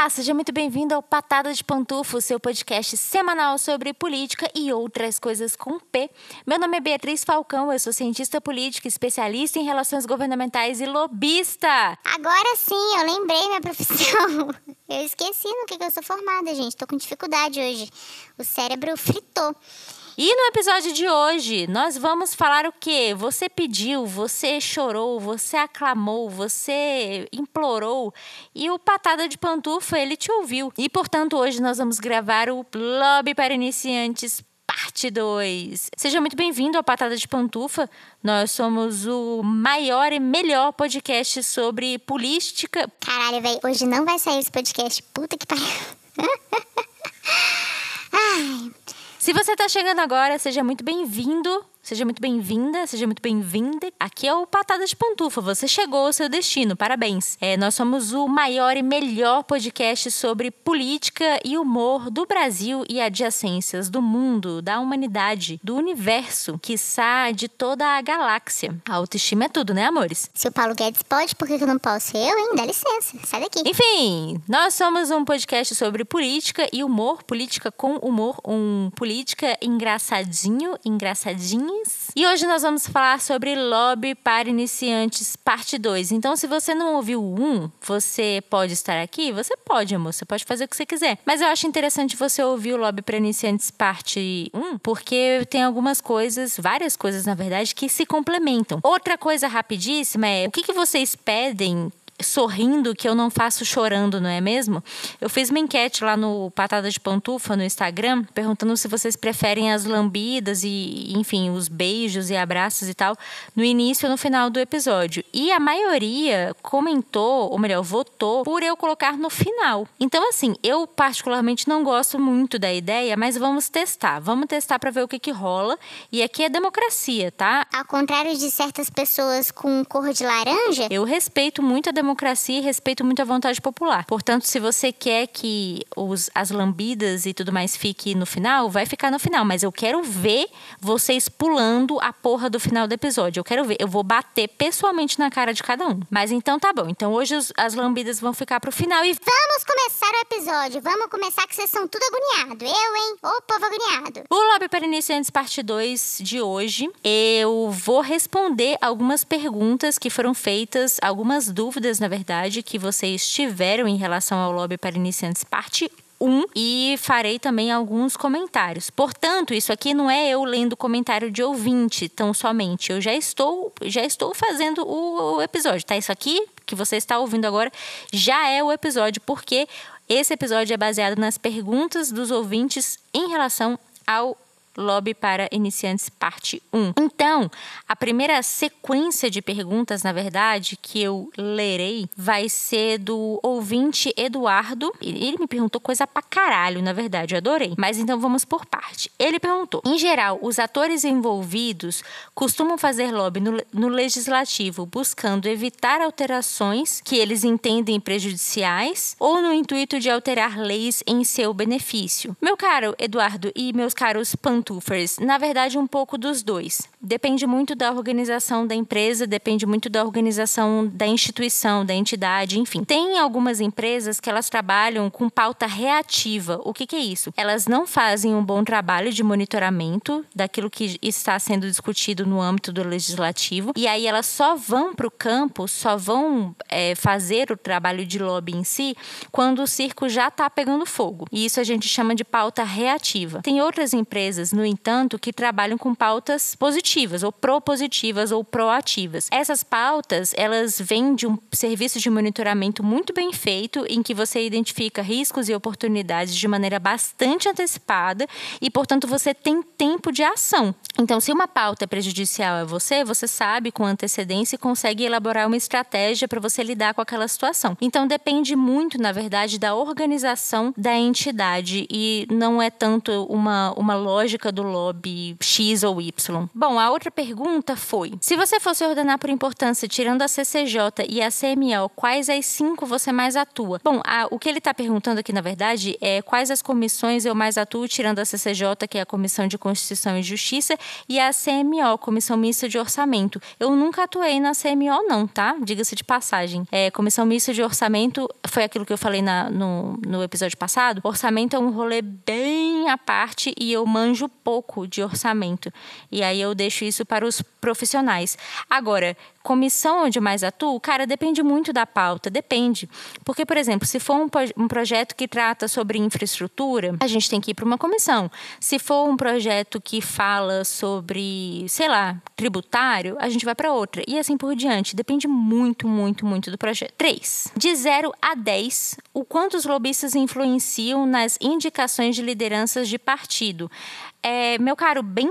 Olá, seja muito bem-vindo ao Patada de Pantufo, seu podcast semanal sobre política e outras coisas com P. Meu nome é Beatriz Falcão, eu sou cientista política, especialista em relações governamentais e lobista. Agora sim, eu lembrei minha profissão. Eu esqueci no que eu sou formada, gente. Tô com dificuldade hoje. O cérebro fritou. E no episódio de hoje, nós vamos falar o quê? Você pediu, você chorou, você aclamou, você implorou e o Patada de Pantufa, ele te ouviu. E, portanto, hoje nós vamos gravar o Lobby para Iniciantes Parte 2. Seja muito bem-vindo ao Patada de Pantufa. Nós somos o maior e melhor podcast sobre política. Caralho, velho, hoje não vai sair esse podcast. Puta que pariu. Ai... Se você está chegando agora, seja muito bem-vindo, seja muito bem-vinda, seja muito bem-vinda. Aqui é o Patada de Pantufa, você chegou ao seu destino, parabéns. Nós somos o maior e melhor podcast sobre política e humor do Brasil e adjacências, do mundo, da humanidade, do universo, quiçá de toda a galáxia. A autoestima é tudo, né, amores? Se o Paulo Guedes pode, por que eu não posso? Eu, hein? Dá licença, sai daqui. Enfim, nós somos um podcast sobre política e humor, política com humor, política engraçadinho, engraçadinhas. E hoje nós vamos falar sobre Lobby para Iniciantes, parte 2. Então, se você não ouviu o 1, você pode estar aqui? Você pode, amor, você pode fazer o que você quiser. Mas eu acho interessante você ouvir o Lobby para Iniciantes, parte 1, porque tem algumas coisas, várias coisas, na verdade, que se complementam. Outra coisa rapidíssima é, o que vocês pedem sorrindo que eu não faço chorando, não é mesmo? Eu fiz uma enquete lá no Patada de Pantufa, no Instagram, perguntando se vocês preferem as lambidas e, enfim, os beijos e abraços e tal, no início ou no final do episódio. E a maioria comentou, ou melhor, votou por eu colocar no final. Então, assim, eu particularmente não gosto muito da ideia, mas vamos testar. Vamos testar pra ver o que rola. E aqui é democracia, tá? Ao contrário de certas pessoas com cor de laranja, eu respeito muito a democracia e respeito muito a vontade popular. Portanto, se você quer que as lambidas e tudo mais fique no final, vai ficar no final. Mas eu quero ver vocês pulando a porra do final do episódio. Eu quero ver. Eu vou bater pessoalmente na cara de cada um. Mas então tá bom. Então hoje as lambidas vão ficar pro final e... Vamos começar o episódio. Vamos começar que vocês são tudo agoniado. Eu, hein? Ô, povo agoniado. O Lobby para Iniciantes, parte 2 de hoje. Eu vou responder algumas perguntas que foram feitas, algumas dúvidas, na verdade, que vocês tiveram em relação ao Lobby para Iniciantes, parte 1, e farei também alguns comentários. Portanto, isso aqui não é eu lendo comentário de ouvinte tão somente. Eu já estou fazendo o episódio, tá? Isso aqui que você está ouvindo agora já é o episódio, porque esse episódio é baseado nas perguntas dos ouvintes em relação ao Lobby para Iniciantes, parte 1. Então, a primeira sequência de perguntas, na verdade, que eu lerei, vai ser do ouvinte Eduardo. Ele me perguntou coisa pra caralho, na verdade, eu adorei. Mas então vamos por parte. Ele perguntou: em geral, os atores envolvidos costumam fazer lobby no legislativo buscando evitar alterações que eles entendem prejudiciais ou no intuito de alterar leis em seu benefício? Meu caro Eduardo e meus caros pantufers, na verdade, um pouco dos dois. Depende muito da organização da empresa, depende muito da organização da instituição, da entidade, enfim. Tem algumas empresas que elas trabalham com pauta reativa. O que é isso? Elas não fazem um bom trabalho de monitoramento daquilo que está sendo discutido no âmbito do legislativo, e aí elas só vão para o campo, só vão fazer o trabalho de lobby em si quando o circo já está pegando fogo. E isso a gente chama de pauta reativa. Tem outras empresas, no entanto, que trabalham com pautas positivas, ou propositivas, ou proativas. Essas pautas, elas vêm de um serviço de monitoramento muito bem feito, em que você identifica riscos e oportunidades de maneira bastante antecipada e, portanto, você tem tempo de ação. Então, se uma pauta é prejudicial a você, você sabe com antecedência e consegue elaborar uma estratégia para você lidar com aquela situação. Então, depende muito, na verdade, da organização da entidade e não é tanto uma lógica época do lobby X ou Y. Bom, a outra pergunta foi: se você fosse ordenar por importância, tirando a CCJ e a CMO, quais as 5 você mais atua? Bom, o que ele está perguntando aqui, na verdade, é quais as comissões eu mais atuo, tirando a CCJ, que é a Comissão de Constituição e Justiça, e a CMO, Comissão Mista de Orçamento. Eu nunca atuei na CMO não, tá? Diga-se de passagem. Comissão Mista de Orçamento foi aquilo que eu falei no episódio passado. Orçamento é um rolê bem à parte e eu manjo pouco de orçamento. E aí eu deixo isso para os profissionais. Agora, comissão onde mais atuo, cara, depende muito da pauta, depende. Porque, por exemplo, se for um projeto que trata sobre infraestrutura, a gente tem que ir para uma comissão. Se for um projeto que fala sobre, sei lá, tributário, a gente vai para outra. E assim por diante. Depende muito, muito, muito do projeto. 3. De 0 a 10, o quanto os lobistas influenciam nas indicações de lideranças de partido? Meu caro, bem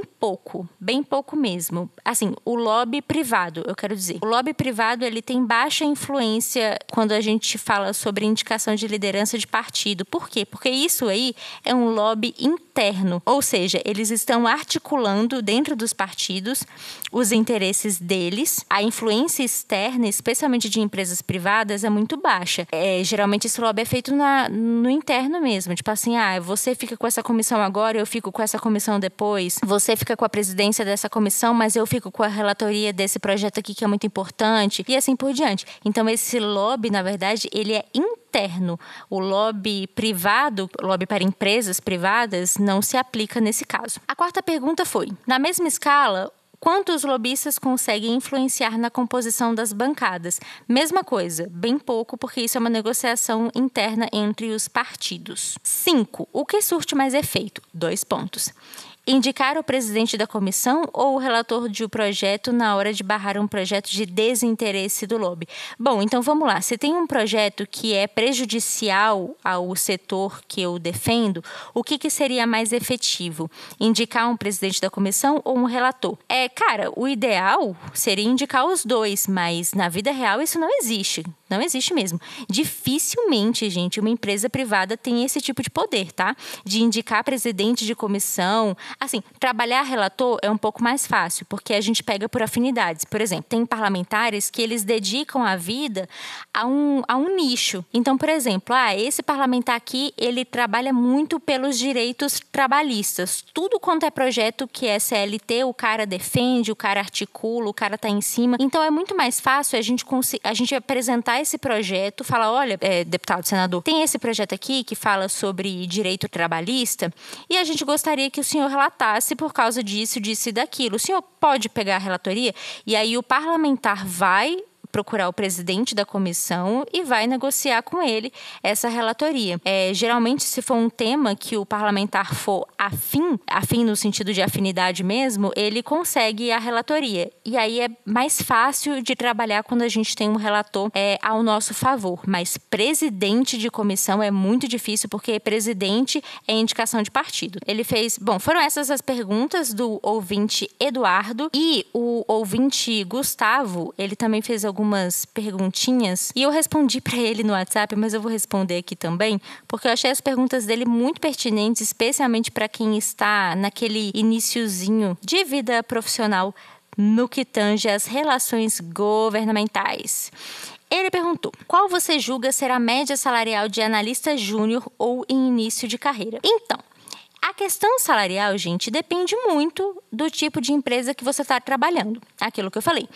pouco mesmo. Assim, o lobby privado, eu quero dizer. O lobby privado, ele tem baixa influência quando a gente fala sobre indicação de liderança de partido. Por quê? Porque isso aí é um lobby interno. Ou seja, eles estão articulando dentro dos partidos os interesses deles. A influência externa, especialmente de empresas privadas, é muito baixa. Geralmente esse lobby é feito no interno mesmo. Tipo assim, você fica com essa comissão agora, eu fico com essa comissão depois. Você fica com a presidência dessa comissão, mas eu fico com a relatoria desse projeto aqui que é muito importante. E assim por diante. Então esse lobby, na verdade, ele é interno. O lobby privado, lobby para empresas privadas, não se aplica nesse caso. A quarta pergunta foi: na mesma escala, quantos lobistas conseguem influenciar na composição das bancadas? Mesma coisa, bem pouco, porque isso é uma negociação interna entre os partidos. 5. O que surte mais efeito? 2 pontos. Indicar o presidente da comissão ou o relator de um projeto na hora de barrar um projeto de desinteresse do lobby? Bom, então vamos lá. Se tem um projeto que é prejudicial ao setor que eu defendo, o que seria mais efetivo? Indicar um presidente da comissão ou um relator? Cara, o ideal seria indicar os dois, mas na vida real isso não existe. Não existe mesmo. Dificilmente, gente, uma empresa privada tem esse tipo de poder, tá? De indicar presidente de comissão. Assim, trabalhar relator é um pouco mais fácil, porque a gente pega por afinidades. Por exemplo, tem parlamentares que eles dedicam a vida a um nicho. Então, por exemplo, esse parlamentar aqui, ele trabalha muito pelos direitos trabalhistas. Tudo quanto é projeto que é CLT, o cara defende, o cara articula, o cara tá em cima. Então, é muito mais fácil a gente apresentar esse projeto, falar: olha, deputado, senador, tem esse projeto aqui que fala sobre direito trabalhista e a gente gostaria que o senhor relatasse por causa disso, disso e daquilo. O senhor pode pegar a relatoria? E aí o parlamentar vai procurar o presidente da comissão e vai negociar com ele essa relatoria. Geralmente, se for um tema que o parlamentar for afim no sentido de afinidade mesmo, ele consegue a relatoria. E aí é mais fácil de trabalhar quando a gente tem um relator ao nosso favor. Mas presidente de comissão é muito difícil, porque presidente é indicação de partido. Ele fez... Bom, foram essas as perguntas do ouvinte Eduardo, e o ouvinte Gustavo, ele também fez algumas perguntinhas e eu respondi para ele no WhatsApp, mas eu vou responder aqui também, porque eu achei as perguntas dele muito pertinentes, especialmente para quem está naquele iniciozinho de vida profissional no que tange às relações governamentais. Ele perguntou: qual você julga ser a média salarial de analista júnior ou em início de carreira? Então, a questão salarial, gente, depende muito do tipo de empresa que você está trabalhando. Aquilo que eu falei.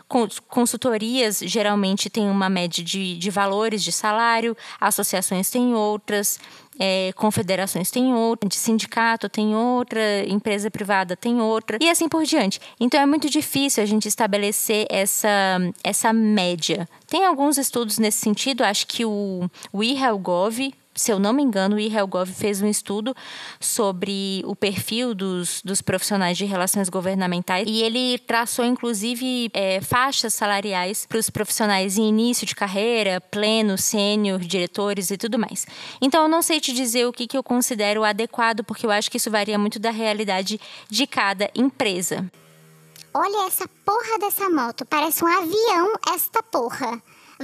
Consultorias geralmente têm uma média de valores de salário, associações têm outras, confederações têm outra, de sindicato tem outra, empresa privada tem outra, e assim por diante. Então é muito difícil a gente estabelecer essa média. Tem alguns estudos nesse sentido, acho que o IHELGov, se eu não me engano, o IHELGov fez um estudo sobre o perfil dos profissionais de relações governamentais e ele traçou, inclusive, faixas salariais para os profissionais em início de carreira, pleno, sênior, diretores e tudo mais. Então, eu não sei te dizer o que eu considero adequado, porque eu acho que isso varia muito da realidade de cada empresa. Olha essa porra dessa moto, parece um avião esta porra.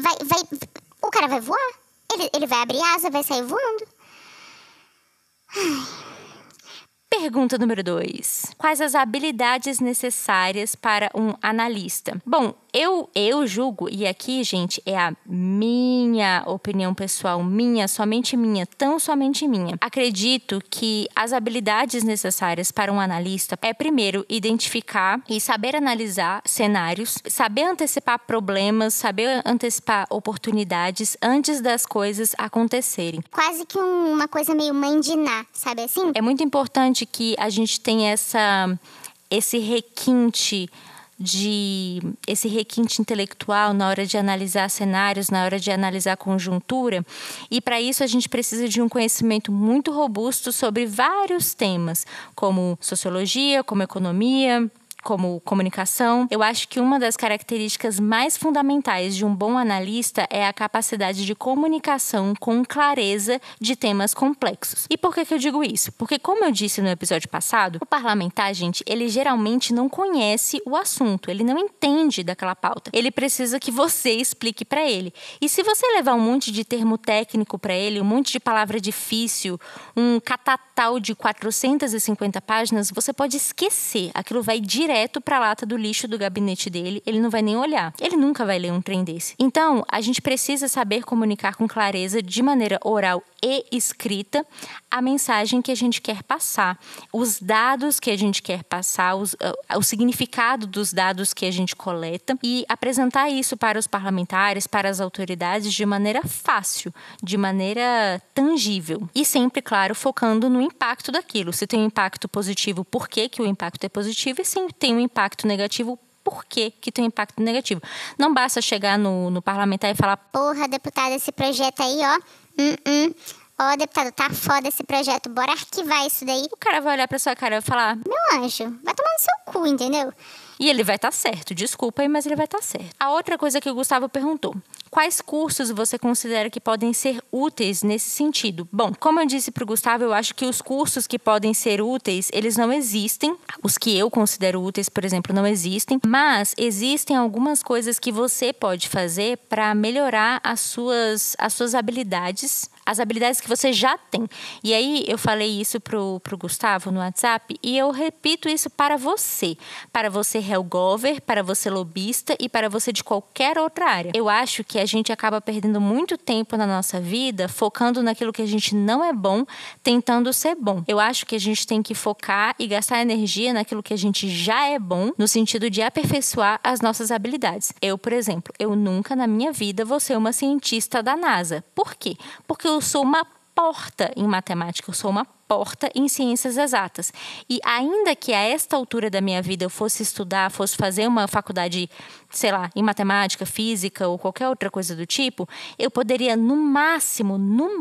O cara vai voar? Ele vai abrir asa, vai sair voando. Pergunta número 2. Quais as habilidades necessárias para um analista? Bom, eu julgo, e aqui, gente, é a minha opinião pessoal, somente minha, tão somente minha. Acredito que as habilidades necessárias para um analista é, primeiro, identificar e saber analisar cenários, saber antecipar problemas, saber antecipar oportunidades antes das coisas acontecerem. Quase que uma coisa meio mãe de Ná, sabe assim? É muito importante que a gente tenha esse requinte intelectual na hora de analisar cenários, na hora de analisar conjuntura. E para isso a gente precisa de um conhecimento muito robusto sobre vários temas, como sociologia, como economia, como comunicação. Eu acho que uma das características mais fundamentais de um bom analista é a capacidade de comunicação com clareza de temas complexos. E por que eu digo isso? Porque, como eu disse no episódio passado, o parlamentar, gente, ele geralmente não conhece o assunto, ele não entende daquela pauta. Ele precisa que você explique para ele. E se você levar um monte de termo técnico para ele, um monte de palavra difícil, um catatal de 450 páginas, você pode esquecer. Aquilo vai direto para a lata do lixo do gabinete dele, ele não vai nem olhar. Ele nunca vai ler um trem desse. Então, a gente precisa saber comunicar com clareza, de maneira oral e escrita, a mensagem que a gente quer passar, os dados que a gente quer passar, o significado dos dados que a gente coleta e apresentar isso para os parlamentares, para as autoridades de maneira fácil, de maneira tangível. E sempre, claro, focando no impacto daquilo. Se tem um impacto positivo, por que o impacto é positivo? E se tem um impacto negativo, por que tem um impacto negativo? Não basta chegar no parlamentar e falar: porra, deputado, esse projeto aí, ó. Ó, deputado, tá foda esse projeto, bora arquivar isso daí. O cara vai olhar pra sua cara e vai falar: meu anjo, vai tomar no seu cu, entendeu? E ele vai estar certo, desculpa aí, mas ele vai estar certo. A outra coisa que o Gustavo perguntou: quais cursos você considera que podem ser úteis nesse sentido? Bom, como eu disse para o Gustavo, eu acho que os cursos que podem ser úteis, eles não existem. Os que eu considero úteis, por exemplo, não existem. Mas existem algumas coisas que você pode fazer para melhorar as suas habilidades, as habilidades que você já tem. E aí eu falei isso pro Gustavo no WhatsApp e eu repito isso para você Helgover, para você lobista e para você de qualquer outra área. Eu acho que a gente acaba perdendo muito tempo na nossa vida focando naquilo que a gente não é bom, tentando ser bom. Eu acho que a gente tem que focar e gastar energia naquilo que a gente já é bom, no sentido de aperfeiçoar as nossas habilidades. Eu, por exemplo, eu nunca na minha vida vou ser uma cientista da NASA. Por quê? Porque eu sou uma porta em matemática, eu sou uma porta em ciências exatas. E ainda que a esta altura da minha vida eu fosse estudar, fosse fazer uma faculdade, sei lá, em matemática, física ou qualquer outra coisa do tipo, eu poderia, no máximo,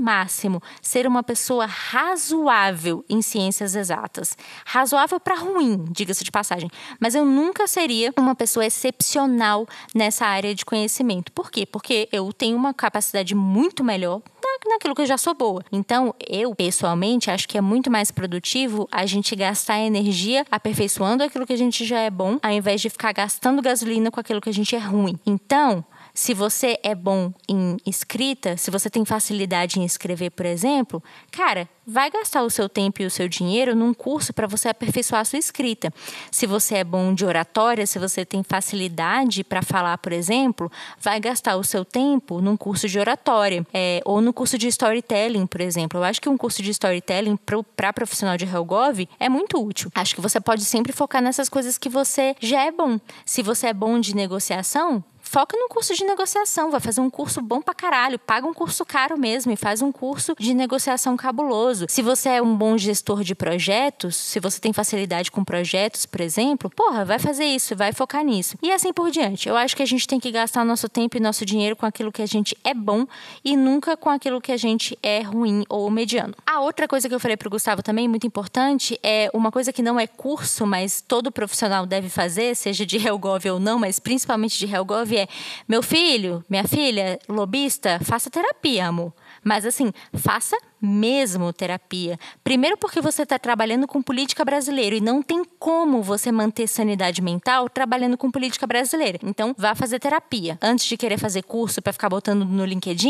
ser uma pessoa razoável em ciências exatas. Razoável para ruim, diga-se de passagem. Mas eu nunca seria uma pessoa excepcional nessa área de conhecimento. Por quê? Porque eu tenho uma capacidade muito melhor naquilo que eu já sou boa. Então, eu, pessoalmente, acho que é muito mais produtivo a gente gastar energia aperfeiçoando aquilo que a gente já é bom, ao invés de ficar gastando gasolina com aquilo que a gente é ruim. Então, se você é bom em escrita, se você tem facilidade em escrever, por exemplo, cara, vai gastar o seu tempo e o seu dinheiro num curso para você aperfeiçoar a sua escrita. Se você é bom de oratória, se você tem facilidade para falar, por exemplo, vai gastar o seu tempo num curso de oratória ou no curso de storytelling, por exemplo. Eu acho que um curso de storytelling para profissional de Helgov é muito útil. Acho que você pode sempre focar nessas coisas que você já é bom. Se você é bom de negociação, foca no curso de negociação, vai fazer um curso bom pra caralho, paga um curso caro mesmo e faz um curso de negociação cabuloso. Se você é um bom gestor de projetos, se você tem facilidade com projetos, por exemplo, vai fazer isso, vai focar nisso. E assim por diante. Eu acho que a gente tem que gastar nosso tempo e nosso dinheiro com aquilo que a gente é bom e nunca com aquilo que a gente é ruim ou mediano. A outra coisa que eu falei pro Gustavo também, muito importante, é uma coisa que não é curso, mas todo profissional deve fazer, seja de Helgov ou não, mas principalmente de Helgov, meu filho, minha filha, lobista, faça terapia, amor. Mas assim, faça mesmo terapia. Primeiro porque você está trabalhando com política brasileira e não tem como você manter sanidade mental trabalhando com política brasileira. Então, vá fazer terapia. Antes de querer fazer curso para ficar botando no LinkedIn,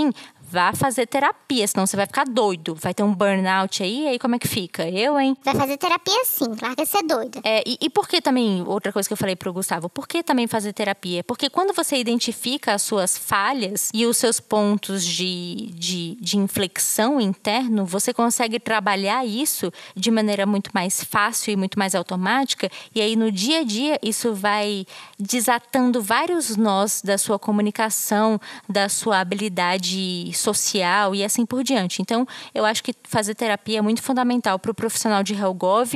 vá fazer terapia, senão você vai ficar doido. Vai ter um burnout aí como é que fica? Hein? Vai fazer terapia sim, larga de ser doido. E por que também, outra coisa que eu falei pro Gustavo, por que também fazer terapia? Porque quando você identifica as suas falhas e os seus pontos de inflexão interno, você consegue trabalhar isso de maneira muito mais fácil e muito mais automática, e aí no dia a dia isso vai desatando vários nós da sua comunicação, da sua habilidade social e assim por diante. Então, eu acho que fazer terapia é muito fundamental para o profissional de Helgov,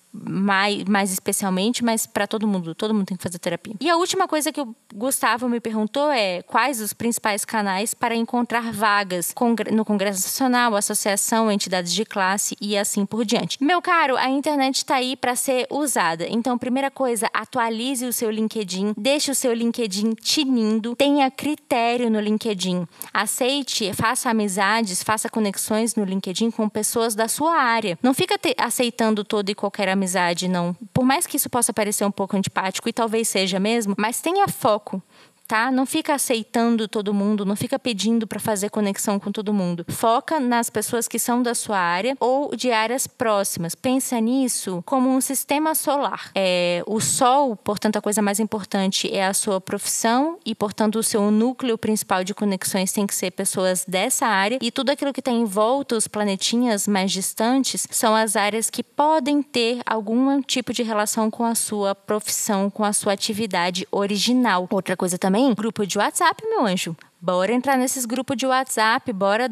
mais especialmente, mas para todo mundo tem que fazer terapia. E a última coisa que o Gustavo me perguntou é quais os principais canais para encontrar vagas no Congresso Nacional, associação, entidades de classe e assim por diante. Meu caro, a internet está aí para ser usada. Então, primeira coisa, atualize o seu LinkedIn, deixe o seu LinkedIn tinindo, tenha critério no LinkedIn. Aceite, faça amizades, faça conexões no LinkedIn com pessoas da sua área. Não fica aceitando toda e qualquer amizade, não. Por mais que isso possa parecer um pouco antipático, e talvez seja mesmo, mas tenha foco. Tá? Não fica aceitando todo mundo, não fica pedindo para fazer conexão com todo mundo. Foca nas pessoas que são da sua área ou de áreas próximas. Pensa nisso como um sistema solar. O Sol, portanto, a coisa mais importante é a sua profissão e, portanto, o seu núcleo principal de conexões tem que ser pessoas dessa área, e tudo aquilo que está em volta, os planetinhas mais distantes, são as áreas que podem ter algum tipo de relação com a sua profissão, com a sua atividade original. Outra coisa também, grupo de WhatsApp, meu anjo. Bora entrar nesses grupos de WhatsApp, bora...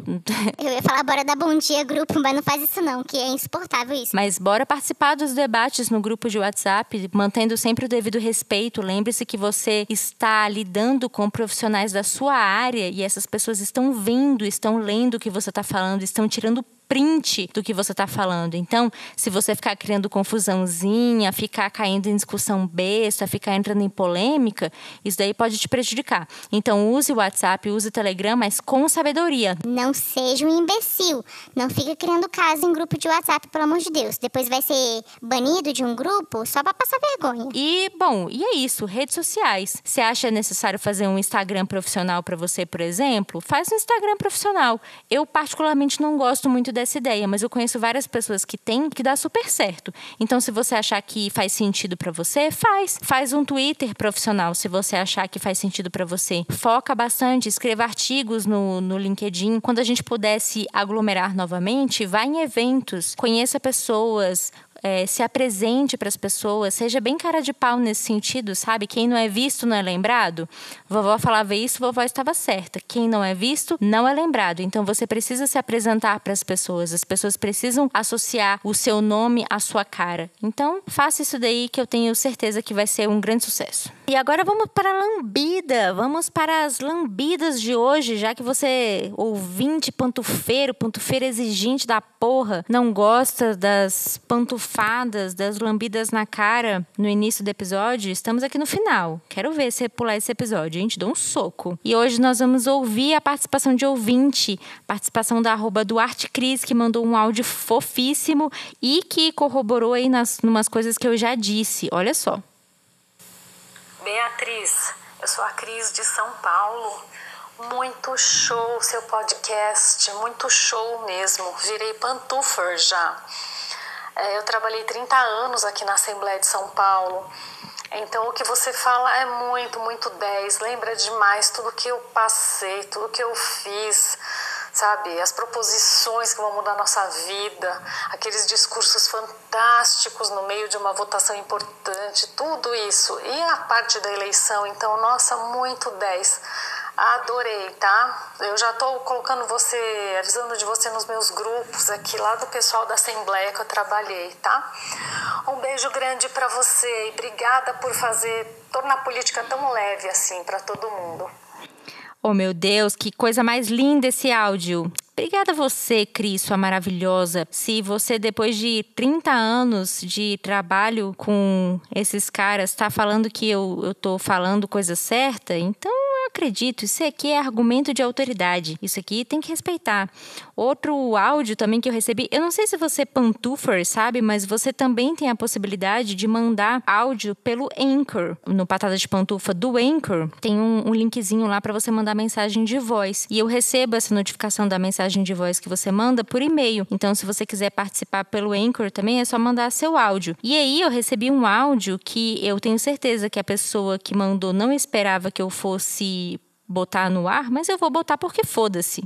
Eu ia falar bora dar bom dia grupo, mas não faz isso não, que é insuportável isso. Mas bora participar dos debates no grupo de WhatsApp, mantendo sempre o devido respeito. Lembre-se que você está lidando com profissionais da sua área e essas pessoas estão vendo, estão lendo o que você está falando, estão tirando print do que você está falando. Então, se você ficar criando confusãozinha, ficar caindo em discussão besta, ficar entrando em polêmica, isso daí pode te prejudicar. Então, use o WhatsApp, use o Telegram, mas com sabedoria. Não seja um imbecil. Não fica criando caso em grupo de WhatsApp, pelo amor de Deus. Depois vai ser banido de um grupo só para passar vergonha. E é isso. Redes sociais. Você acha necessário fazer um Instagram profissional para você, por exemplo? Faz um Instagram profissional. Eu, particularmente, não gosto muito dessa ideia, mas eu conheço várias pessoas que têm, que dá super certo. Então, se você achar que faz sentido para você, faz um Twitter profissional, se você achar que faz sentido para você. Foca bastante, escreva artigos no LinkedIn. Quando a gente pudesse aglomerar novamente, vá em eventos, conheça pessoas, se apresente para as pessoas, seja bem cara de pau nesse sentido, sabe? Quem não é visto não é lembrado. Vovó falava isso, vovó estava certa. Quem não é visto não é lembrado. Então você precisa se apresentar para as pessoas precisam associar o seu nome à sua cara. Então faça isso daí que eu tenho certeza que vai ser um grande sucesso. E agora vamos para a lambida, vamos para as lambidas de hoje, já que você, ouvinte pantufeiro exigente da porra, não gosta das pantufadas, das lambidas na cara no início do episódio, estamos aqui no final. Quero ver você pular esse episódio, hein? Te dou um soco. E hoje nós vamos ouvir a participação de ouvinte, participação da @DuarteCris, que mandou um áudio fofíssimo e que corroborou aí numas coisas que eu já disse. Olha só. Beatriz, eu sou a Cris de São Paulo. Muito show seu podcast, muito show mesmo. Virei pantufer já. Eu trabalhei 30 anos aqui na Assembleia de São Paulo. Então o que você fala é muito, muito 10. Lembra demais tudo que eu passei, tudo que eu fiz. Sabe, as proposições que vão mudar a nossa vida, aqueles discursos fantásticos no meio de uma votação importante, tudo isso. E a parte da eleição, então, nossa, muito 10. Adorei, tá? Eu já tô colocando você, avisando de você nos meus grupos aqui, lá do pessoal da Assembleia que eu trabalhei, tá? Um beijo grande pra você e obrigada por tornar a política tão leve assim pra todo mundo. Oh, meu Deus, que coisa mais linda esse áudio. Obrigada a você, Cris, sua maravilhosa. Se você, depois de 30 anos de trabalho com esses caras, está falando que eu tô falando coisa certa, então é acredito, isso aqui é argumento de autoridade. Isso aqui tem que respeitar. Outro áudio também que eu recebi, eu não sei se você é pantufer, sabe? Mas você também tem a possibilidade de mandar áudio pelo Anchor. No Patada de Pantufa do Anchor, tem um linkzinho lá para você mandar mensagem de voz. E eu recebo essa notificação da mensagem de voz que você manda por e-mail. Então, se você quiser participar pelo Anchor também, é só mandar seu áudio. E aí, eu recebi um áudio que eu tenho certeza que a pessoa que mandou não esperava que eu fosse botar no ar, mas eu vou botar porque foda-se.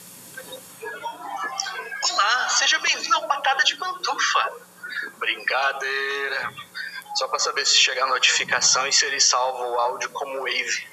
Olá, seja bem-vindo ao Patada de Pantufa. Brincadeira. Só para saber se chegar a notificação e se ele salva o áudio como wave.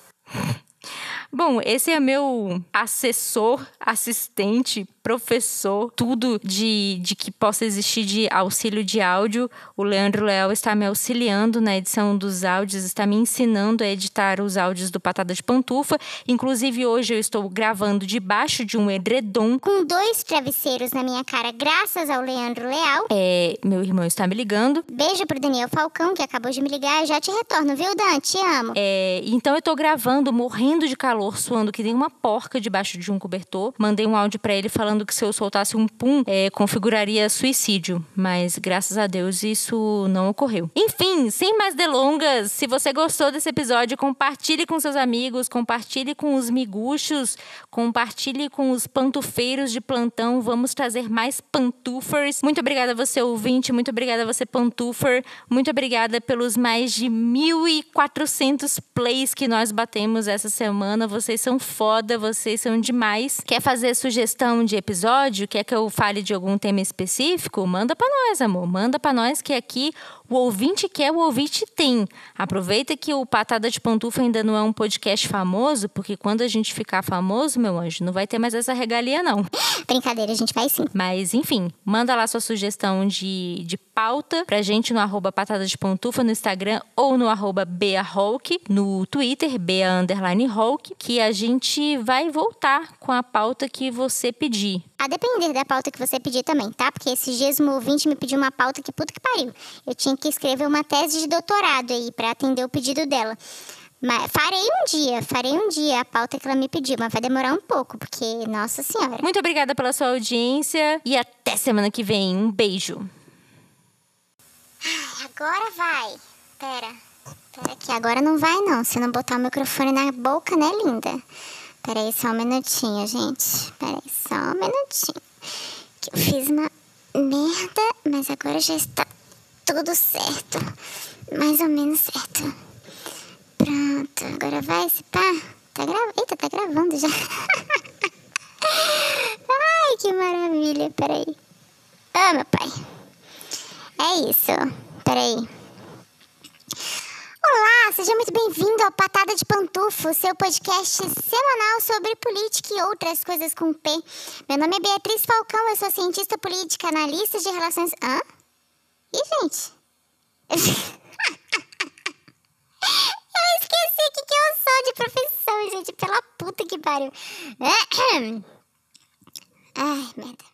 Bom, esse é meu assessor, assistente, professor, tudo de que possa existir de auxílio de áudio. O Leandro Leal está me auxiliando na edição dos áudios, está me ensinando a editar os áudios do Patada de Pantufa. Inclusive, hoje eu estou gravando debaixo de um edredom. Com 2 travesseiros na minha cara, graças ao Leandro Leal. Meu irmão está me ligando. Beijo pro Daniel Falcão, que acabou de me ligar. Já te retorno, viu, Dan? Te amo. Então eu estou gravando, morrendo de calor, suando que nem uma porca debaixo de um cobertor. Mandei um áudio para ele falando que se eu soltasse um pum, configuraria suicídio. Mas, graças a Deus, isso não ocorreu. Enfim, sem mais delongas, se você gostou desse episódio, compartilhe com seus amigos, compartilhe com os miguxos, compartilhe com os pantufeiros de plantão. Vamos trazer mais pantufers. Muito obrigada a você, ouvinte. Muito obrigada a você, pantufer. Muito obrigada pelos mais de 1.400 plays que nós batemos essa semana. Vocês são foda, vocês são demais. Quer fazer sugestão de episódio? Quer que eu fale de algum tema específico? Manda pra nós, amor. Manda pra nós que aqui o ouvinte quer, o ouvinte tem. Aproveita que o Patada de Pantufa ainda não é um podcast famoso, porque quando a gente ficar famoso, meu anjo, não vai ter mais essa regalia, não. Brincadeira, a gente vai sim. Mas, enfim, manda lá sua sugestão de pauta pra gente no @Patada de Pantufa no Instagram ou no @BeaHawk, no Twitter, Bea_Hawk, que a gente vai voltar com a pauta que você pedir. A depender da pauta que você pedir também, tá? Porque esses dias um ouvinte me pediu uma pauta que puta que pariu. Eu tinha que escrever uma tese de doutorado aí pra atender o pedido dela. Mas farei um dia a pauta que ela me pediu, mas vai demorar um pouco, porque, nossa senhora. Muito obrigada pela sua audiência e até semana que vem. Um beijo. Agora vai. Pera que agora não vai não, se não botar o microfone na boca, né, linda? Pera aí só um minutinho, gente. Pera aí só um minutinho. Que eu fiz uma merda, mas agora já está tudo certo. Mais ou menos certo. Pronto, agora vai esse pá. Eita, tá gravando já. Ai, que maravilha. Pera aí. Ah, meu pai. É isso. Pera aí. Olá, seja muito bem-vindo ao Patada de Pantufa, seu podcast semanal sobre política e outras coisas com P. Meu nome é Beatriz Falcão, eu sou cientista política, analista de relações... Hã? Ih, gente. Eu esqueci o que eu sou de profissão, gente. Pela puta que pariu. Ai, merda.